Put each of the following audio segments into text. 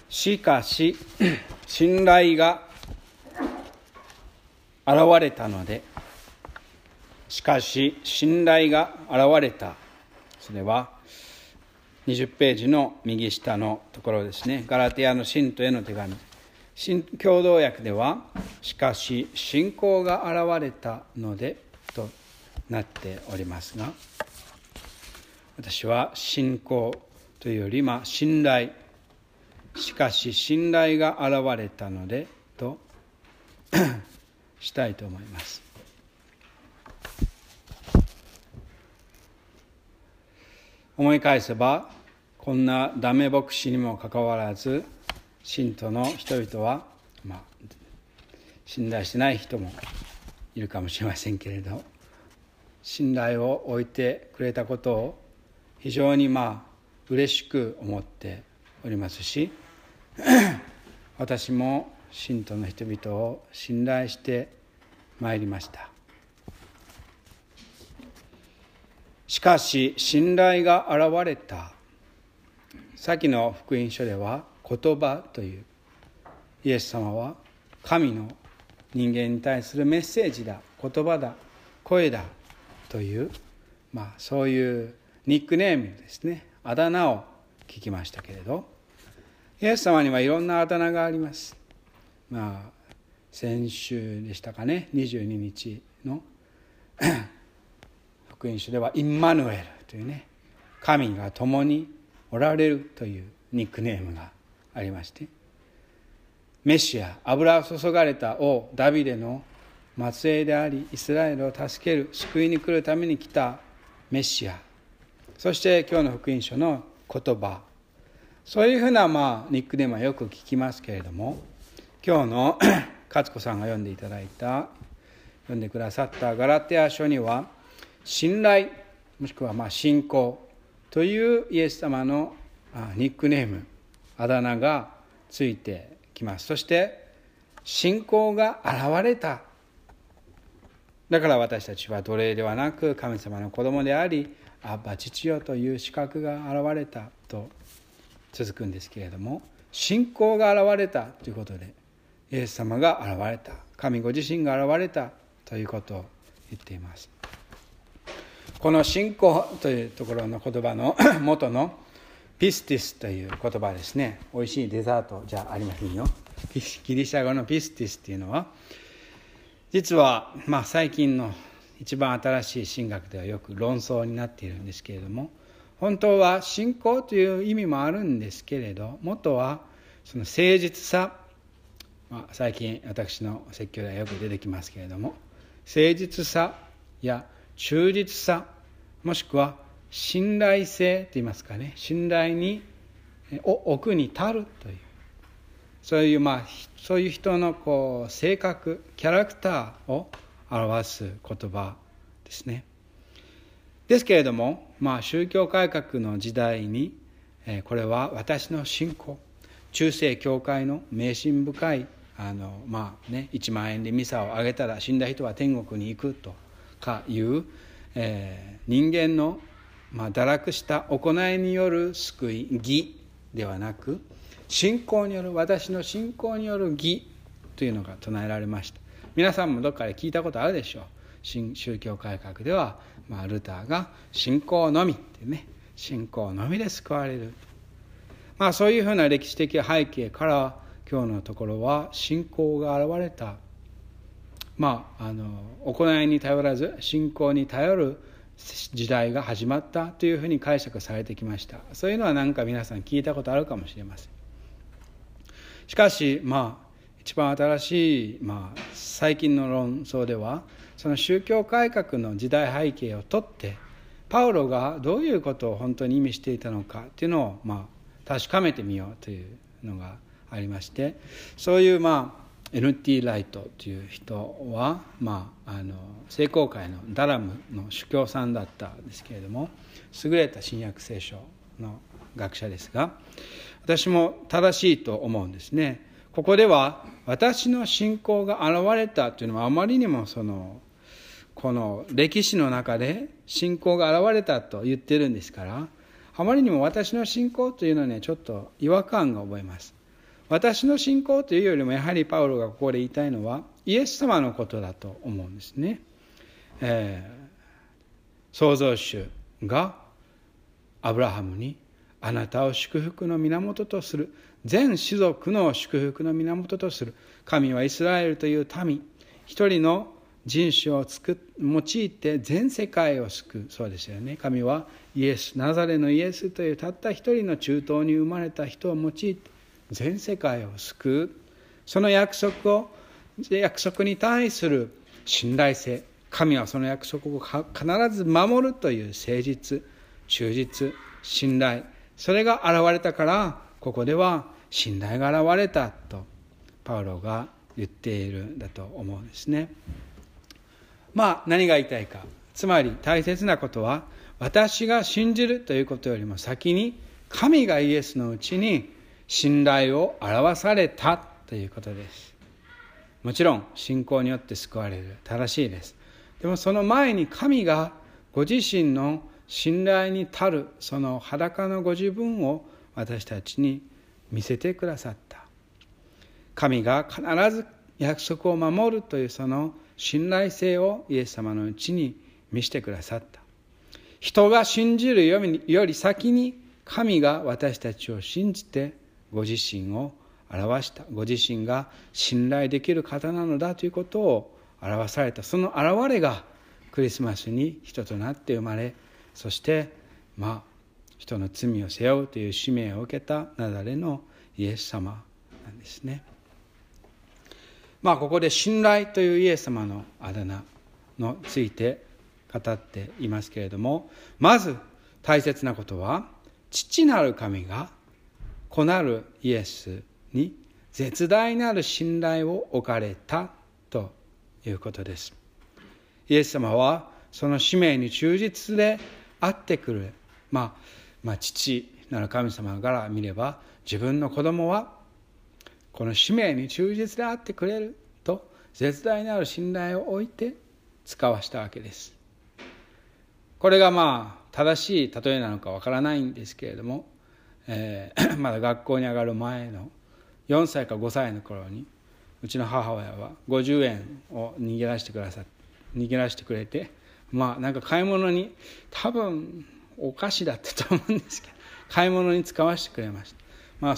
しかし信頼が現れたので、しかし信頼が現れた。それは20ページの右下のところですね。ガラテヤの信徒への手紙。新共同訳では、しかし信仰が現れたのでとなっておりますが、私は信仰というより信頼、しかし信頼が現れたのでとしたいと思います。思い返せば、こんなダメ牧師にもかかわらず、信徒の人々は、信頼してない人もいるかもしれませんけれど、信頼を置いてくれたことを非常に嬉しく思っておりますし、私も信徒の人々を信頼してまいりました。しかし信頼が現れた。先の福音書では言葉という、イエス様は神の人間に対するメッセージだ、言葉だ、声だという、そういうニックネームですね、あだ名を聞きましたけれど、イエス様にはいろんなあだ名があります。先週でしたかね、22日の福音書ではインマヌエルというね、神が共におられるというニックネームがありまして、メシア、油を注がれた王ダビデの末裔であり、イスラエルを助ける、救いに来るために来たメシア、そして今日の福音書の言葉、そういうふうなニックネームはよく聞きますけれども、今日の勝子さんが読んでくださったガラテヤ書には、信頼もしくは信仰というイエス様のニックネーム、あだ名がついてきます。そして信仰が現れた。だから私たちは奴隷ではなく神様の子供であり、アッバ父よという資格が現れたと続くんですけれども、信仰が現れたということで、イエス様が現れた、神ご自身が現れたということを言っています。この信仰というところの言葉の元のピスティスという言葉ですね。おいしいデザートじゃありませんよ。ギリシャ語のピスティスというのは、実は最近の一番新しい神学ではよく論争になっているんですけれども、本当は信仰という意味もあるんですけれど、元はその誠実さ、最近私の説教ではよく出てきますけれども、誠実さや忠実さ、もしくは信頼性といいますかね、信頼を置くに足るという、そういう人の性格、キャラクターを表す言葉ですね。ですけれども、宗教改革の時代に、これは私の信仰、中世教会の迷信深い1万円でミサをあげたら死んだ人は天国に行くとかいう、人間の堕落した行いによる救い、義ではなく、私の信仰による義というのが唱えられました。皆さんもどっかで聞いたことあるでしょう。宗教改革では、ルターが信仰のみってね、信仰のみで救われる。そういうふうな歴史的背景から今日のところは信仰が現れた。行いに頼らず信仰に頼る時代が始まったというふうに解釈されてきました。そういうのは皆さん聞いたことあるかもしれません。しかし一番新しい、最近の論争では、その宗教改革の時代背景をとってパウロがどういうことを本当に意味していたのかというのを確かめてみようというのがありまして、そういうNT ライトという人は、聖公会のダラムの主教さんだったんですけれども、優れた新約聖書の学者ですが、私も正しいと思うんですね。ここでは私の信仰が現れたというのは、あまりにもこの歴史の中で信仰が現れたと言ってるんですから、あまりにも私の信仰というのにちょっと違和感が覚えます。 私の信仰というよりも、やはりパウロがここで言いたいのはイエス様のことだと思うんですね。創造主がアブラハムに、あなたを祝福の源とする、全種族の祝福の源とする。神はイスラエルという民、一人の人種を用いて全世界を救う。そうですよね。神はイエス、ナザレのイエスというたった一人の中東に生まれた人を用いて全世界を救う。その約束に対する信頼性、神はその約束を必ず守るという誠実、忠実、信頼、それが現れたから、ここでは信頼が現れたとパウロが言っているんだと思うんですね。何が言いたいか、つまり大切なことは、私が信じるということよりも先に、神がイエスのうちに信頼を表されたということです。もちろん信仰によって救われる、正しいです。でもその前に、神がご自身の信頼に足るその裸のご自分を私たちに見せてくださった。神が必ず約束を守るというその信頼性をイエス様のうちに見せてくださった。人が信じるより先に、神が私たちを信じてご自身を表した。ご自身が信頼できる方なのだということを表された。その現れがクリスマスに人となって生まれ、そして人の罪を背負うという使命を受けたナザレのイエス様なんですね。ここで信頼というイエス様のあだ名について語っていますけれども、まず大切なことは、父なる神が子なるイエスに絶大なる信頼を置かれたということです。イエス様はその使命に忠実であってくる、父なる神様から見れば、自分の子供はこの使命に忠実であってくれると絶大なる信頼を置いて使わしたわけです。これが正しい例えなのかわからないんですけれども、まだ学校に上がる前の4歳か5歳の頃に、うちの母親は50円を握らせてくれて、なんか買い物に、多分お菓子だったと思うんですけど、買い物に使わせてくれました。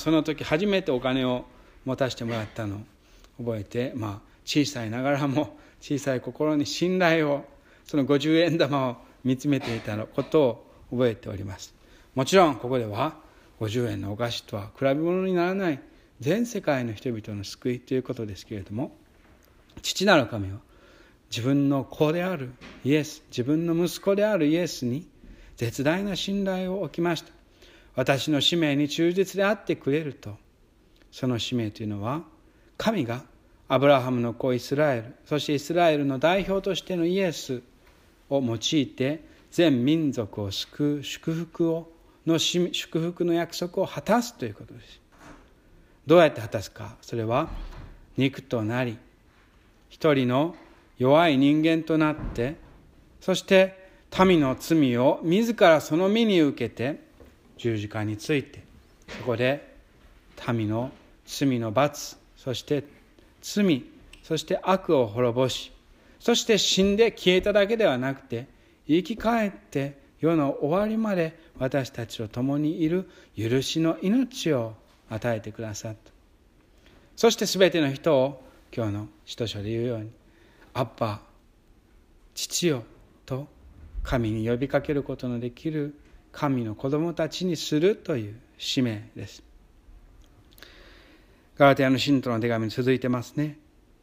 その時初めてお金を持たせてもらったのを覚えて、小さいながらも小さい心に信頼を、その50円玉を見つめていたことを覚えております。もちろんここでは50円のお菓子とは比べ物にならない全世界の人々の救いということですけれども、父なる神は自分の子であるイエス、自分の息子であるイエスに絶大な信頼を置きました。私の使命に忠実であってくれると。その使命というのは、神がアブラハムの子イスラエル、そしてイスラエルの代表としてのイエスを用いて全民族を救う祝福の約束を果たすということです。どうやって果たすか。それは肉となり、一人の弱い人間となって、そして民の罪を自らその身に受けて十字架について、そこで民の罪の罰、そして罪、そして悪を滅ぼし、そして死んで消えただけではなくて、生き返って世の終わりまで私たちと共にいる許しの命を与えてくださった。そしてすべての人を、今日の使徒書で言うように、アッパ、父よと神に呼びかけることのできる神の子供たちにするという使命です。ガラテヤの信徒の手紙に続いてますね。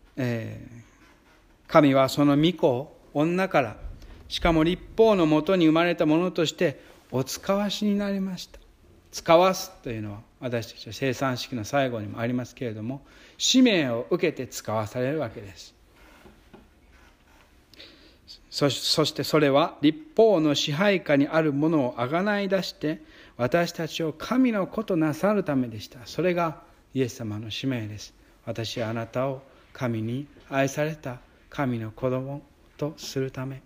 神はその御子を女から、しかも立法のもとに生まれたものとしてお使わしになりました。使わすというのは、私たちは生産式の最後にもありますけれども、使命を受けて使わされるわけです。そしてそれは立法の支配下にあるものをあがない出して、私たちを神の子となさるためでした。それがイエス様の使命です。私はあなたを神に愛された神の子供とするため。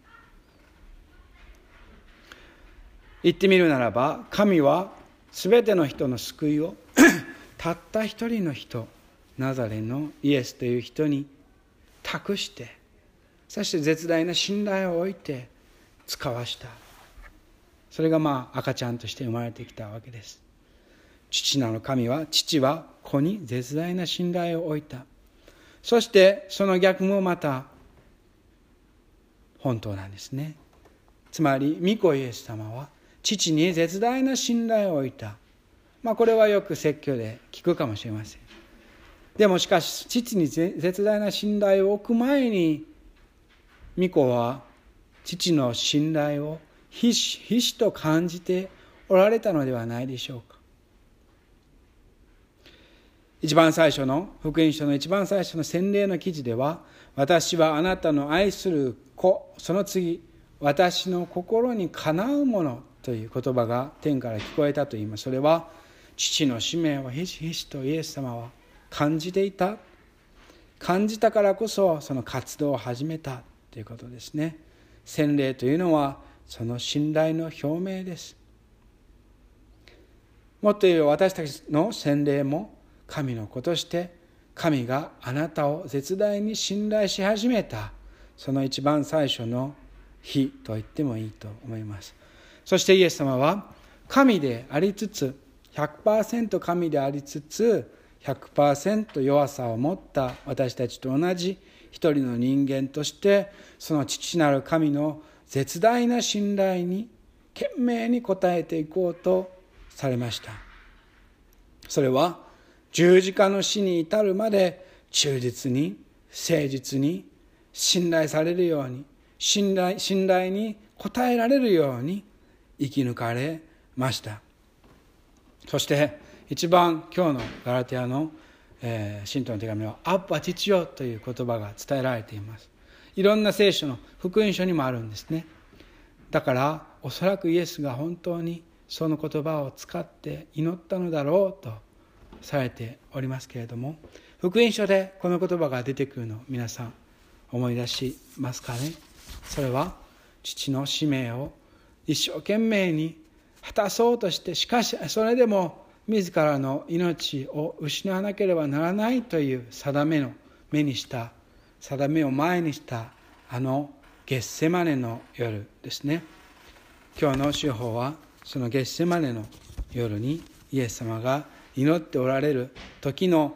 言ってみるならば、神はすべての人の救いをたった一人の人、ナザレのイエスという人に託して、そして絶大な信頼を置いて使わした。それが赤ちゃんとして生まれてきたわけです。父なる神は、父は子に絶大な信頼を置いた。そしてその逆もまた本当なんですね。つまり御子イエス様は父に絶大な信頼を置いた。これはよく説教で聞くかもしれません。でもしかし父に絶大な信頼を置く前に、御子は父の信頼をひしひしと感じておられたのではないでしょうか。一番最初の福音書の一番最初の洗礼の記事では、私はあなたの愛する子、その次、私の心にかなうものという言葉が天から聞こえたといいます。それは父の使命をひしひしとイエス様は感じていた。感じたからこそその活動を始めたということですね。洗礼というのはその信頼の表明です。もっと言えば私たちの洗礼も神の子として、神があなたを絶大に信頼し始めた、その一番最初の日と言ってもいいと思います。そしてイエス様は神でありつつ、100% 神でありつつ、100% 弱さを持った私たちと同じ一人の人間として、その父なる神の絶大な信頼に懸命に応えていこうとされました。それは十字架の死に至るまで忠実に、誠実に、信頼されるように、信頼に応えられるように生き抜かれました。そして一番今日のガラテヤの信徒の手紙は、アッバ父よという言葉が伝えられています。いろんな聖書の福音書にもあるんですね。だからおそらくイエスが本当にその言葉を使って祈ったのだろうとされておりますけれども、福音書でこの言葉が出てくるのを皆さん思い出しますかね。それは父の使命を一生懸命に果たそうとして、しかしそれでも自らの命を失わなければならないという定めを前にしたあのゲッセマネの夜ですね。今日の主法はそのゲッセマネの夜にイエス様が祈っておられる時の、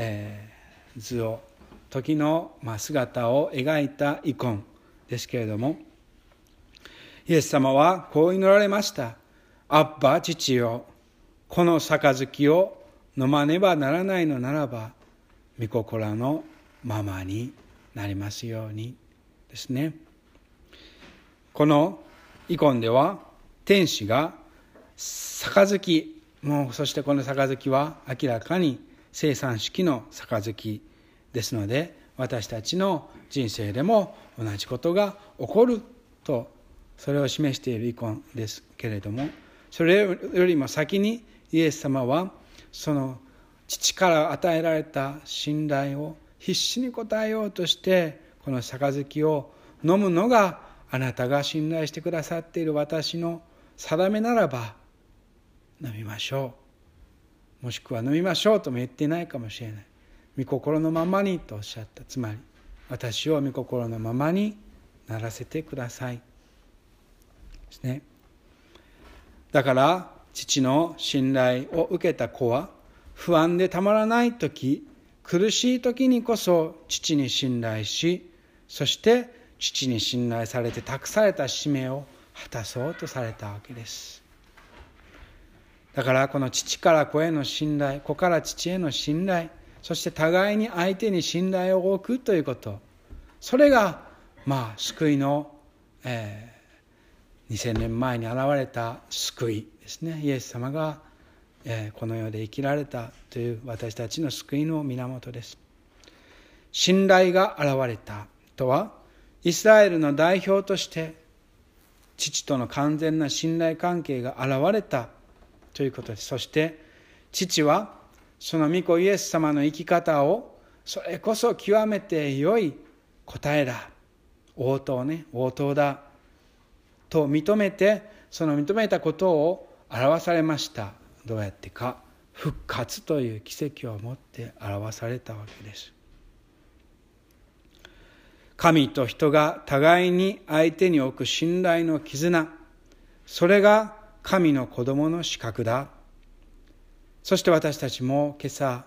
時の姿を描いたイコンですけれども、イエス様はこう祈られました。アッバ父よ、この杯を飲まねばならないのならば、御心のままになりますようにですね。このイコンでは天使が杯、そしてこの杯は明らかに生産式の杯ですので、私たちの人生でも同じことが起こると、それを示しているイコンですけれども、それよりも先にイエス様はその父から与えられた信頼を必死に応えようとして、この杯を飲むのがあなたが信頼してくださっている私の定めならば飲みましょう、もしくは飲みましょうとも言っていないかもしれない。御心のままにとおっしゃった。つまり私を御心のままにならせてくださいですね。だから父の信頼を受けた子は不安でたまらないとき、苦しいときにこそ父に信頼し、そして父に信頼されて託された使命を果たそうとされたわけです。だからこの父から子への信頼、子から父への信頼、そして互いに相手に信頼を置くということ、それが救いの、2000年前に現れた救いですね。イエス様が、この世で生きられたという私たちの救いの源です。信頼が現れたとは、イスラエルの代表として父との完全な信頼関係が現れたということです。そして父はその御子イエス様の生き方を、それこそ極めて良い答えだ、応答だと認めて、その認めたことを表されました。どうやってか、 復活という奇跡をもって表されたわけです。神と人が互いに相手に置く信頼の絆、それが神の子供の資格だ。そして私たちも今朝、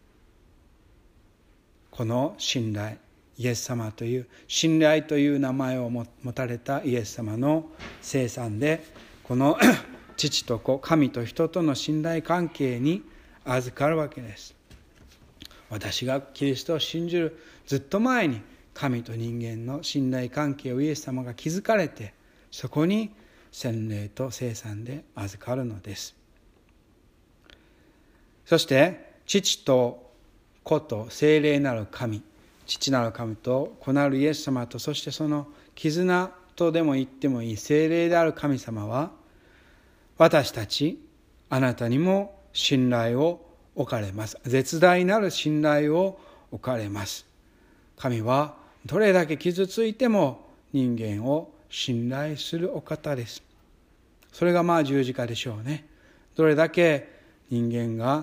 この信頼、イエス様という信頼という名前を持たれたイエス様の生産で、この父と子、神と人との信頼関係に預かるわけです。私がキリストを信じるずっと前に、神と人間の信頼関係をイエス様が築かれて、そこに洗礼と聖餐で預かるのです。そして父と子と聖霊なる神、父なる神と子なるイエス様と、そしてその絆とでも言ってもいい聖霊である神様は、私たちあなたにも信頼を置かれます。絶大なる信頼を置かれます。神はどれだけ傷ついても人間を信頼するお方です。それが十字架でしょうね。どれだけ人間が、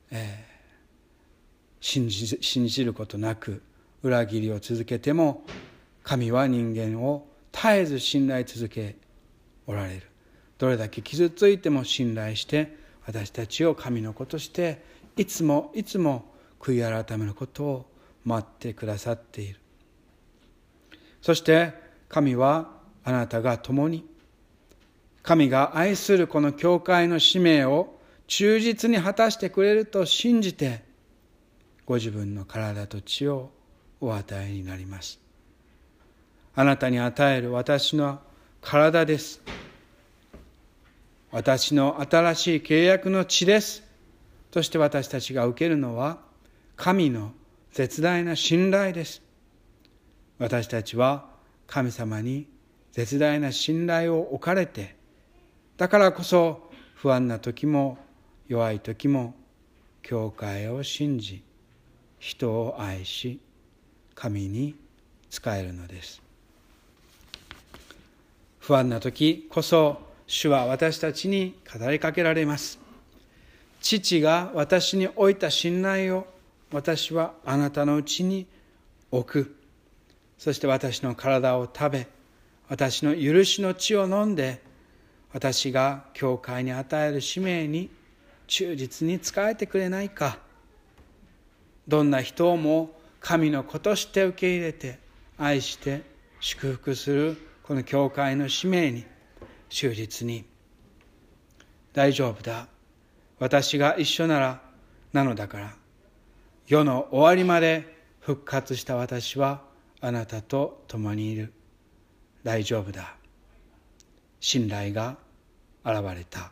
信じることなく裏切りを続けても、神は人間を絶えず信頼続けおられる。どれだけ傷ついても信頼して私たちを神の子としていつもいつも悔い改めることを待ってくださっている。そして神はあなたが共に、神が愛するこの教会の使命を忠実に果たしてくれると信じて、ご自分の体と血をお与えになります。あなたに与える私の体です。私の新しい契約の血です。として私たちが受けるのは神の絶大な信頼です。私たちは神様に絶大な信頼を置かれて、だからこそ不安な時も弱い時も教会を信じ、人を愛し、神に仕えるのです。不安な時こそ主は私たちに語りかけられます。父が私に置いた信頼を私はあなたのうちに置く。そして私の体を食べ、私の許しの血を飲んで、私が教会に与える使命に忠実に仕えてくれないか。どんな人をも神の子として受け入れて愛して祝福するこの教会の使命に忠実に。大丈夫だ、私が一緒なのだから、世の終わりまで復活した私はあなたと共にいる。大丈夫だ。信頼が現れた。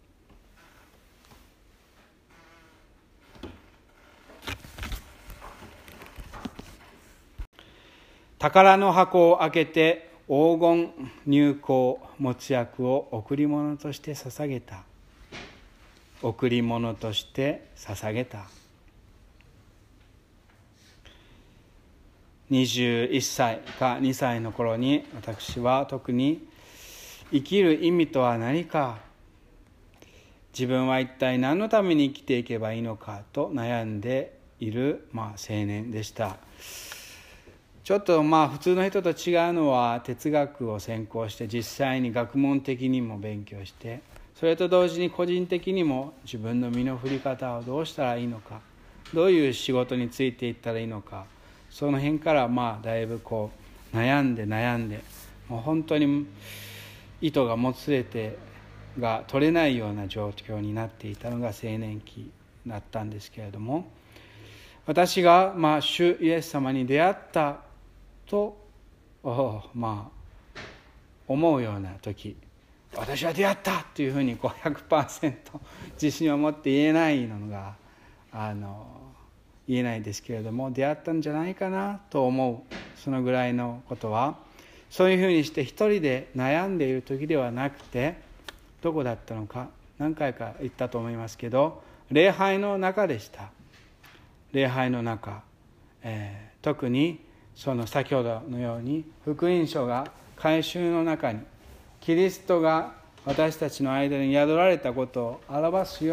宝の箱を開けて黄金、乳香、没薬を贈り物として捧げた。贈り物として捧げた。21歳か2歳の頃に、私は特に生きる意味とは何か、自分は一体何のために生きていけばいいのかと悩んでいる、青年でした。ちょっと普通の人と違うのは、哲学を専攻して実際に学問的にも勉強して、それと同時に個人的にも自分の身の振り方をどうしたらいいのか、どういう仕事についていったらいいのか、その辺からだいぶ悩んでもう本当に糸がもつれてが取れないような状況になっていたのが青年期だったんですけれども、私が主イエス様に出会ったと思うような時、私は出会ったというふうに100% 自信を持って言えないのが言えないですけれども、出会ったんじゃないかなと思う。そのぐらいのことは、そういうふうにして一人で悩んでいる時ではなくて、どこだったのか、何回か言ったと思いますけど、礼拝の中でした。礼拝の中、特にその先ほどのように福音書が改宗の中にキリストが私たちの間に宿られたことを表すように、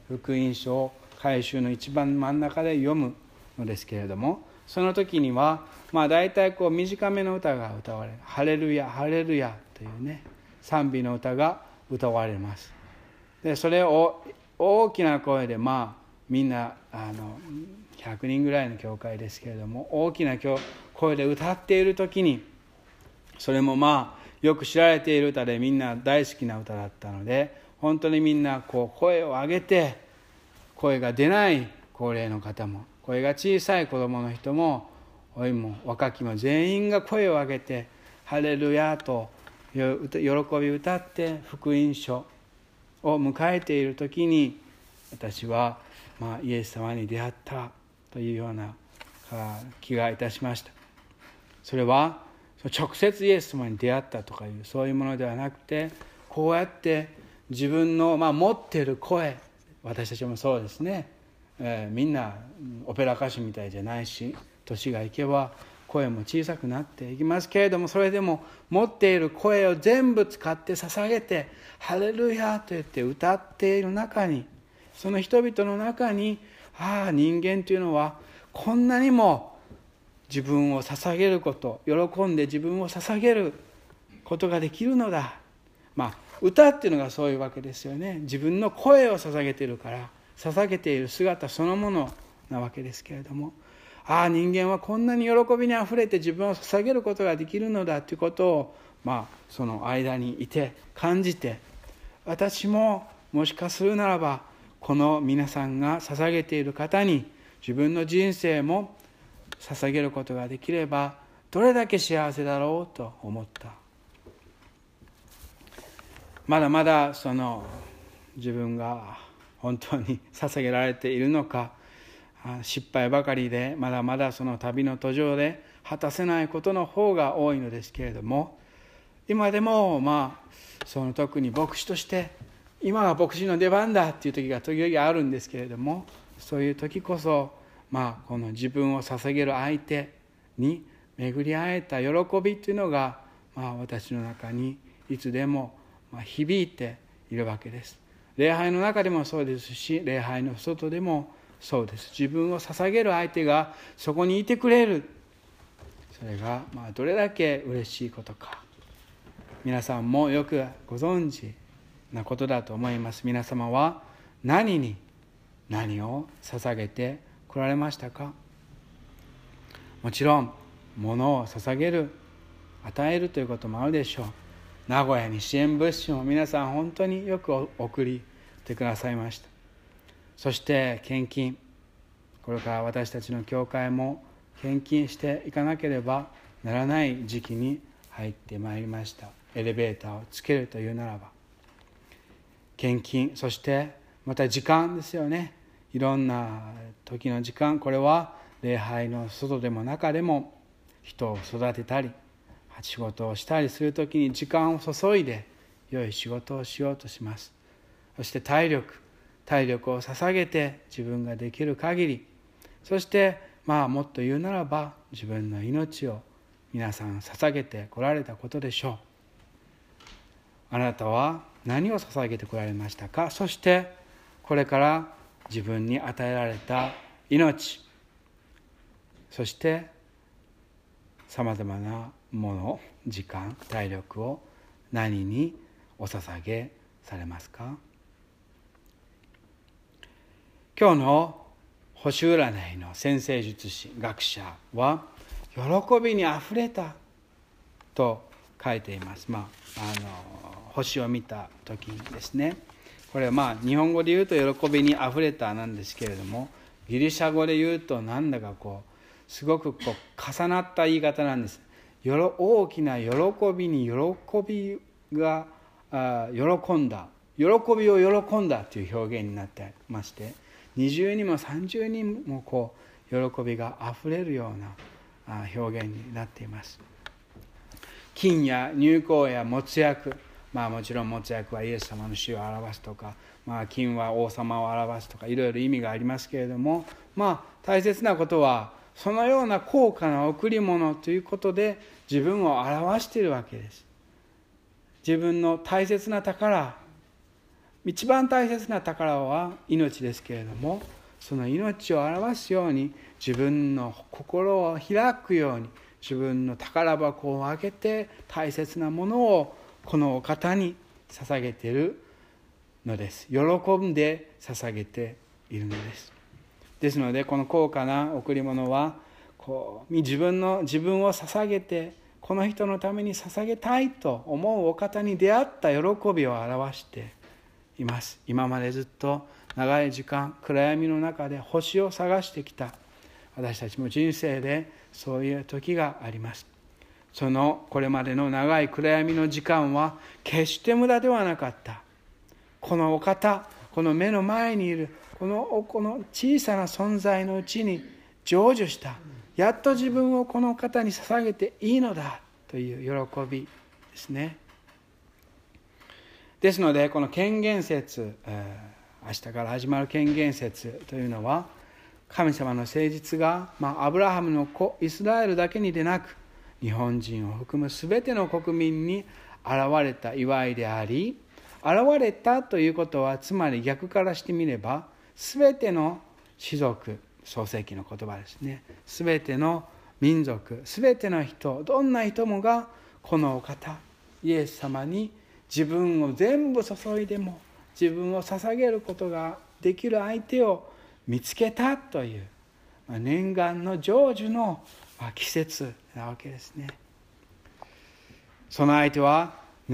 福音書を改宗の一番真ん中で読むのですけれども、その時には大体短めの歌が歌われる。ハレルヤハレルヤというね、賛美の歌が歌われます。でそれを大きな声でみんな100人ぐらいの教会ですけれども、大きな声で歌っている時に、それもよく知られている歌でみんな大好きな歌だったので、本当にみんな声を上げて、声が出ない高齢の方も、声が小さい子供の人も、老いも若きも全員が声を上げてハレルヤと喜び歌って福音書を迎えている時に、私はイエス様に出会ったというような気がいたしました。それは直接イエス様に出会ったとかいうそういうものではなくて、こうやって自分の持っている声、私たちもそうですね、みんなオペラ歌手みたいじゃないし、年がいけば声も小さくなっていきますけれども、それでも持っている声を全部使って捧げてハレルヤと言って歌っている中に、その人々の中に、人間というのはこんなにも自分を捧げること、喜んで自分を捧げることができるのだ。歌っていうのがそういうわけですよね。自分の声を捧げているから、捧げている姿そのものなわけですけれども、人間はこんなに喜びにあふれて自分を捧げることができるのだということを、その間にいて感じて、私ももしかするならばこの皆さんが捧げている方に自分の人生も捧げることができればどれだけ幸せだろうと思った。まだまだ自分が本当に捧げられているのか、失敗ばかりでまだまだその旅の途上で果たせないことの方が多いのですけれども、今でも特に牧師として今は牧師の出番だっていう時が時々あるんですけれども、そういう時こそこの自分を捧げる相手に巡り会えた喜びというのが私の中にいつでも響いているわけです。礼拝の中でもそうですし、礼拝の外でもそうです。自分を捧げる相手がそこにいてくれる、それがどれだけ嬉しいことか、皆さんもよくご存知なことだと思います。皆様は何に何を捧げてこられましたか？もちろん物を捧げる、与えるということもあるでしょう。名古屋に支援物資も皆さん本当によく送りてくださいました。そして献金、これから私たちの教会も献金していかなければならない時期に入ってまいりました。エレベーターをつけるというならば献金、そしてまた時間ですよね。いろんな時の時間、これは礼拝の外でも中でも人を育てたり仕事をしたりするときに時間を注いで良い仕事をしようとします。そして体力を捧げて自分ができる限り、そしてもっと言うならば自分の命を皆さん捧げてこられたことでしょう。あなたは何を捧げてこられましたか？そしてこれから自分に与えられた命、そしてさまざまなもの、時間、体力を何にお捧げされますか？今日の星占いの占星術師、学者は喜びにあふれたと書いています。星を見た時にですね、これは日本語で言うと喜びにあふれたなんですけれども、ギリシャ語で言うとなんだかすごく重なった言い方なんです。大きな喜びに喜びが喜んだ、喜びを喜んだという表現になってまして、二重にも三重にも喜びがあふれるような表現になっています。金や乳香や没薬、もちろん没薬はイエス様の死を表すとか、金は王様を表すとかいろいろ意味がありますけれども、大切なことはそのような高価な贈り物ということで自分を表しているわけです。自分の大切な宝、 一番大切な宝は命ですけれども、その命を表すように自分の心を開くように、自分の宝箱を開けて大切なものをこのお方に捧げているのです。喜んで捧げているのです。ですのでこの高価な贈り物は自分を捧げて、この人のために捧げたいと思うお方に出会った喜びを表しています。今までずっと長い時間暗闇の中で星を探してきた私たちも人生でそういう時があります。そのこれまでの長い暗闇の時間は決して無駄ではなかった。このお方、この目の前にいるこの小さな存在のうちに成就した、やっと自分をこの方に捧げていいのだという喜びですね。ですのでこの権限説、明日から始まる権限説というのは、神様の誠実が、アブラハムの子イスラエルだけにでなく日本人を含むすべての国民に現れた祝いであり、現れたということはつまり逆からしてみればすべての種族、創世記の言葉ですね、すべての民族、すべての人、どんな人もがこのお方イエス様に自分を全部注いでも自分を捧げることができる相手を見つけたという念願の成就の季節なわけですね。その相手は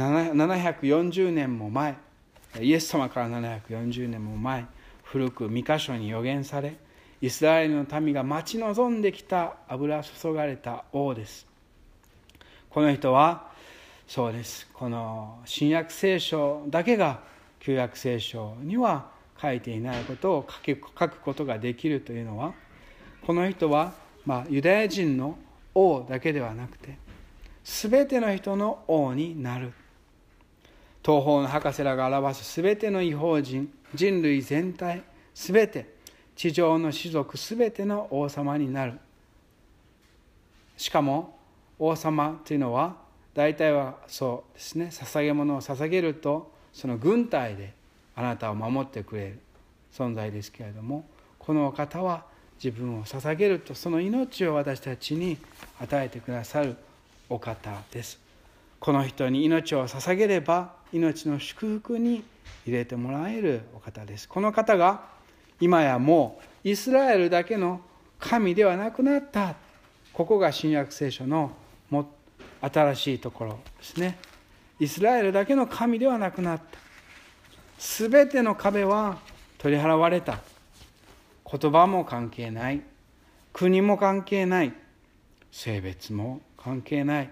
740年も前、イエス様から740年も前、古く御箇所に予言され、イスラエルの民が待ち望んできた油注がれた王です。この人はそうです。この新約聖書だけが旧約聖書には書いていないことを書くことができるというのは、この人は、ユダヤ人の王だけではなくてすべての人の王になる。東方の博士らが表すすべての異邦人、人類全体すべて、地上の種族すべての王様になる。しかも王様というのは大体はそうですね、捧げ物を捧げるとその軍隊であなたを守ってくれる存在ですけれども、このお方は自分を捧げるとその命を私たちに与えてくださるお方です。この人に命を捧げれば命の祝福に入れてもらえるお方です。この方が今やもうイスラエルだけの神ではなくなった。ここが新約聖書の新しいところですね。イスラエルだけの神ではなくなった。すべての壁は取り払われた。言葉も関係ない。国も関係ない。性別も関係ない。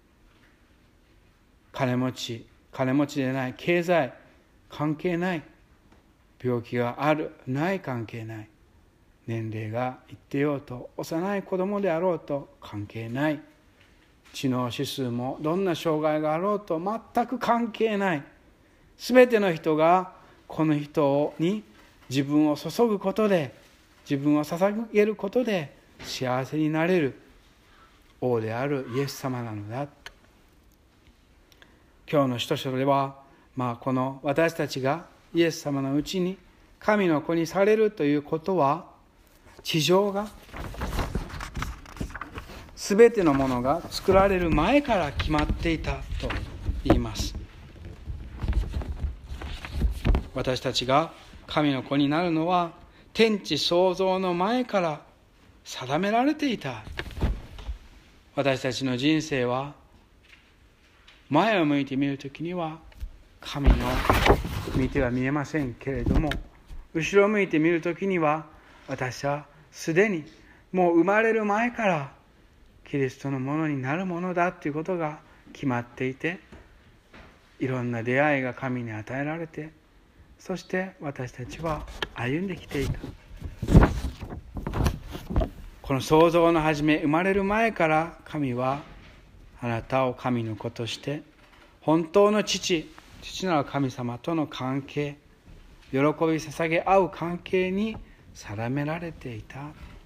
金持ちでない。経済関係ない。病気があるない関係ない。年齢がいってようと幼い子供であろうと関係ない。知能指数もどんな障害があろうと全く関係ない。すべての人がこの人に自分を注ぐことで、自分を捧げることで幸せになれる王であるイエス様なのだ。今日の使徒書では、この私たちがイエス様のうちに神の子にされるということは、地上がすべてのものが作られる前から決まっていたと言います。私たちが神の子になるのは天地創造の前から定められていた。私たちの人生は前を向いてみるときには神の見ては見えませんけれども、後ろを向いてみるときには私はすでにもう生まれる前からキリストのものになるものだということが決まっていて、いろんな出会いが神に与えられて、そして私たちは歩んできていた。この創造の初め、生まれる前から神はあなたを神の子として本当の父なる神様との関係、喜び捧げ合う関係に定められていた。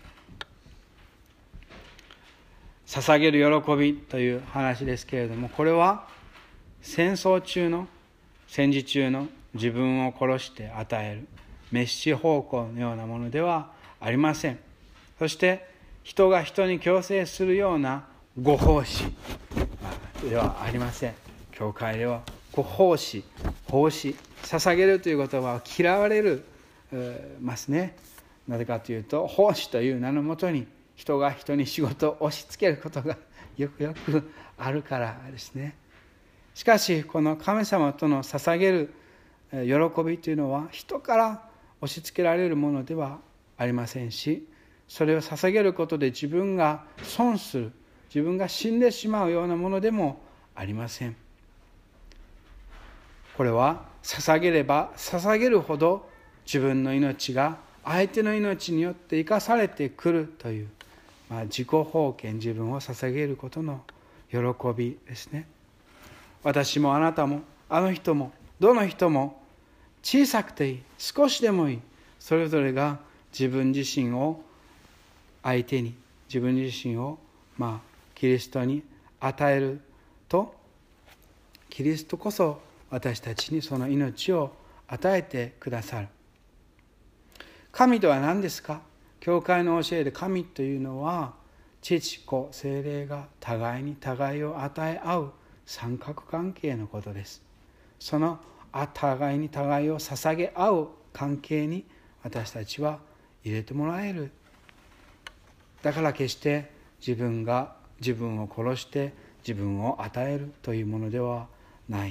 捧げる喜びという話ですけれども、これは戦時中の自分を殺して与える滅死奉公のようなものではありません。そして人が人に強制するようなご奉仕ではありません。教会ではご奉仕、捧げるという言葉は嫌われますね。なぜかというと、奉仕という名のもとに人が人に仕事を押し付けることがよくあるからですね。しかしこの神様との捧げる喜びというのは人から押し付けられるものではありませんし、それを捧げることで自分が損する、自分が死んでしまうようなものでもありません。これは捧げれば捧げるほど自分の命が相手の命によって生かされてくるという、自己奉献、自分を捧げることの喜びですね。私もあなたもあの人もどの人も小さくていい、少しでもいい、それぞれが自分自身を相手に、自分自身をキリストに与えると、キリストこそ私たちにその命を与えてくださる。神とは何ですか？教会の教えで神というのは、父子聖霊が互いに互いを与え合う三角関係のことです。その互いに互いを捧げ合う関係に私たちは入れてもらえる。だから決して自分が自分を殺して自分を与えるというものではない。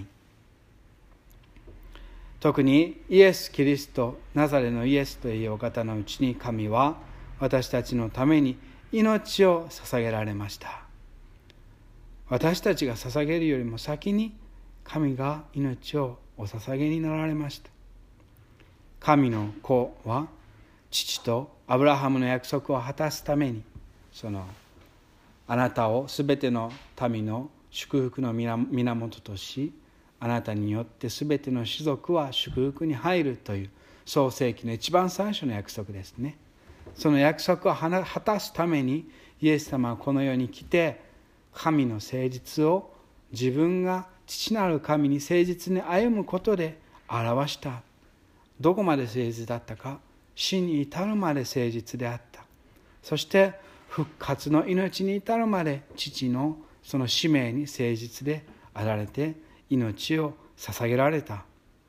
特にイエス・キリスト、ナザレのイエスというお方のうちに、神は私たちのために命を捧げられました。私たちが捧げるよりも先に神が命をお捧げになられました。神の子は父とアブラハムの約束を果たすために、あなたをすべての民の祝福の源とし、あなたによってすべての種族は祝福に入るという創世記の一番最初の約束ですね。その約束を果たすためにイエス様はこの世に来て、神の誠実を自分が父なる神に誠実に歩むことで表した。どこまで誠実だったか、死に至るまで誠実であった。そして復活の命に至るまで父のその使命に誠実であられて、命を捧げられた。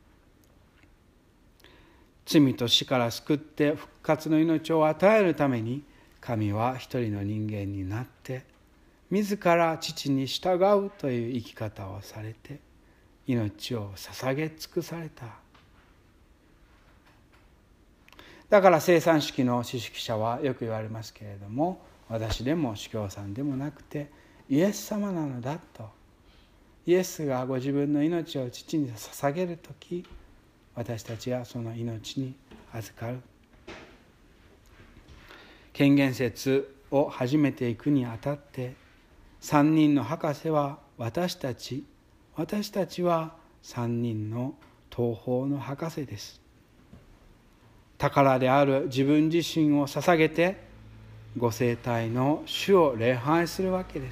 罪と死から救って復活の命を与えるために、神は一人の人間になって自ら父に従うという生き方をされて、命を捧げ尽くされた。だから聖餐式の司式者はよく言われますけれども、私でも司教さんでもなくてイエス様なのだと。イエスがご自分の命を父に捧げるとき、私たちはその命に預かる。権限説を始めていくにあたって、三人の博士は私たちは三人の東方の博士です。宝である自分自身を捧げて、ご生体の主を礼拝するわけです。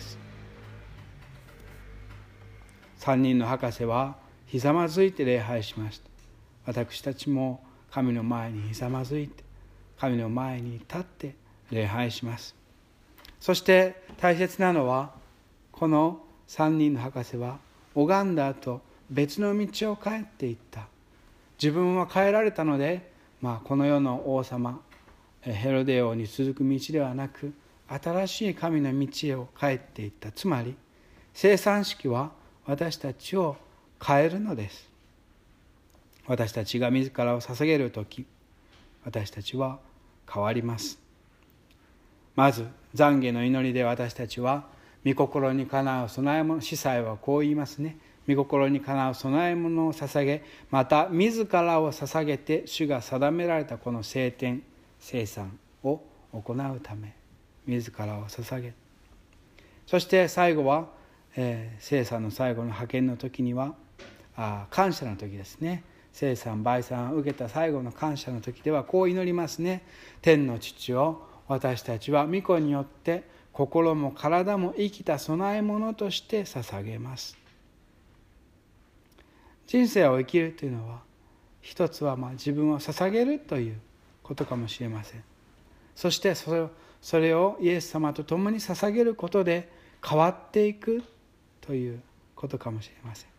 三人の博士はひざまずいて礼拝しました。私たちも神の前にひざまずいて、神の前に立って礼拝します。そして大切なのは、この三人の博士は拝んだ後、別の道を帰っていった。自分は変えられたので、この世の王様ヘロデ王に続く道ではなく、新しい神の道を帰っていった。つまり聖餐式は私たちを変えるのです。私たちが自らを捧げるとき、私たちは変わります。まず懺悔の祈りで私たちは、御心にかなう供え物、司祭はこう言いますね。御心にかなう供え物を捧げ、また自らを捧げて、主が定められたこの聖典、聖餐を行うため、自らを捧げ、そして最後は、聖餐の最後の派遣の時には、感謝の時ですね。聖餐売餐を受けた最後の感謝の時ではこう祈りますね。天の父を、私たちは御子によって心も体も生きた供え物として捧げます。人生を生きるというのは、 一つは自分を捧げるということかもしれません。そしてそれをイエス様と共に捧げることで変わっていくということかもしれません。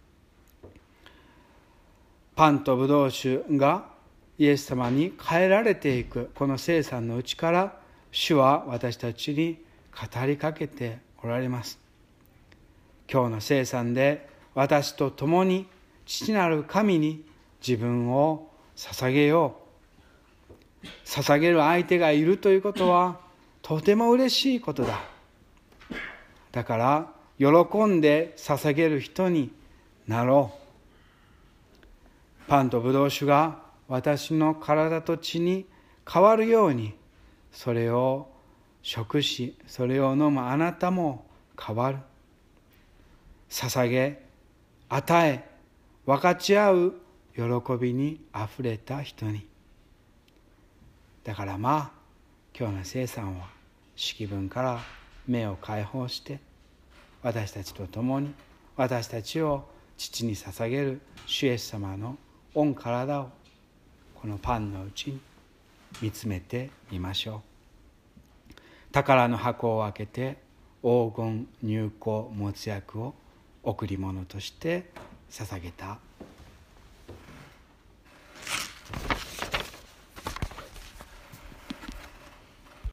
パンとブドウ酒がイエス様に変えられていくこの聖餐のうちから、主は私たちに語りかけておられます。今日の聖餐で私と共に父なる神に自分を捧げよう。捧げる相手がいるということはとても嬉しいことだ。だから喜んで捧げる人になろう。パンとブドウ酒が私の体と血に変わるように、それを食し、それを飲むあなたも変わる。捧げ、与え、分かち合う喜びにあふれた人に。だから今日の聖餐は式文から目を解放して、私たちと共に私たちを父に捧げる主イエス様の御体をこのパンのうちに見つめてみましょう。宝の箱を開けて黄金、乳香、没薬を贈り物として捧げた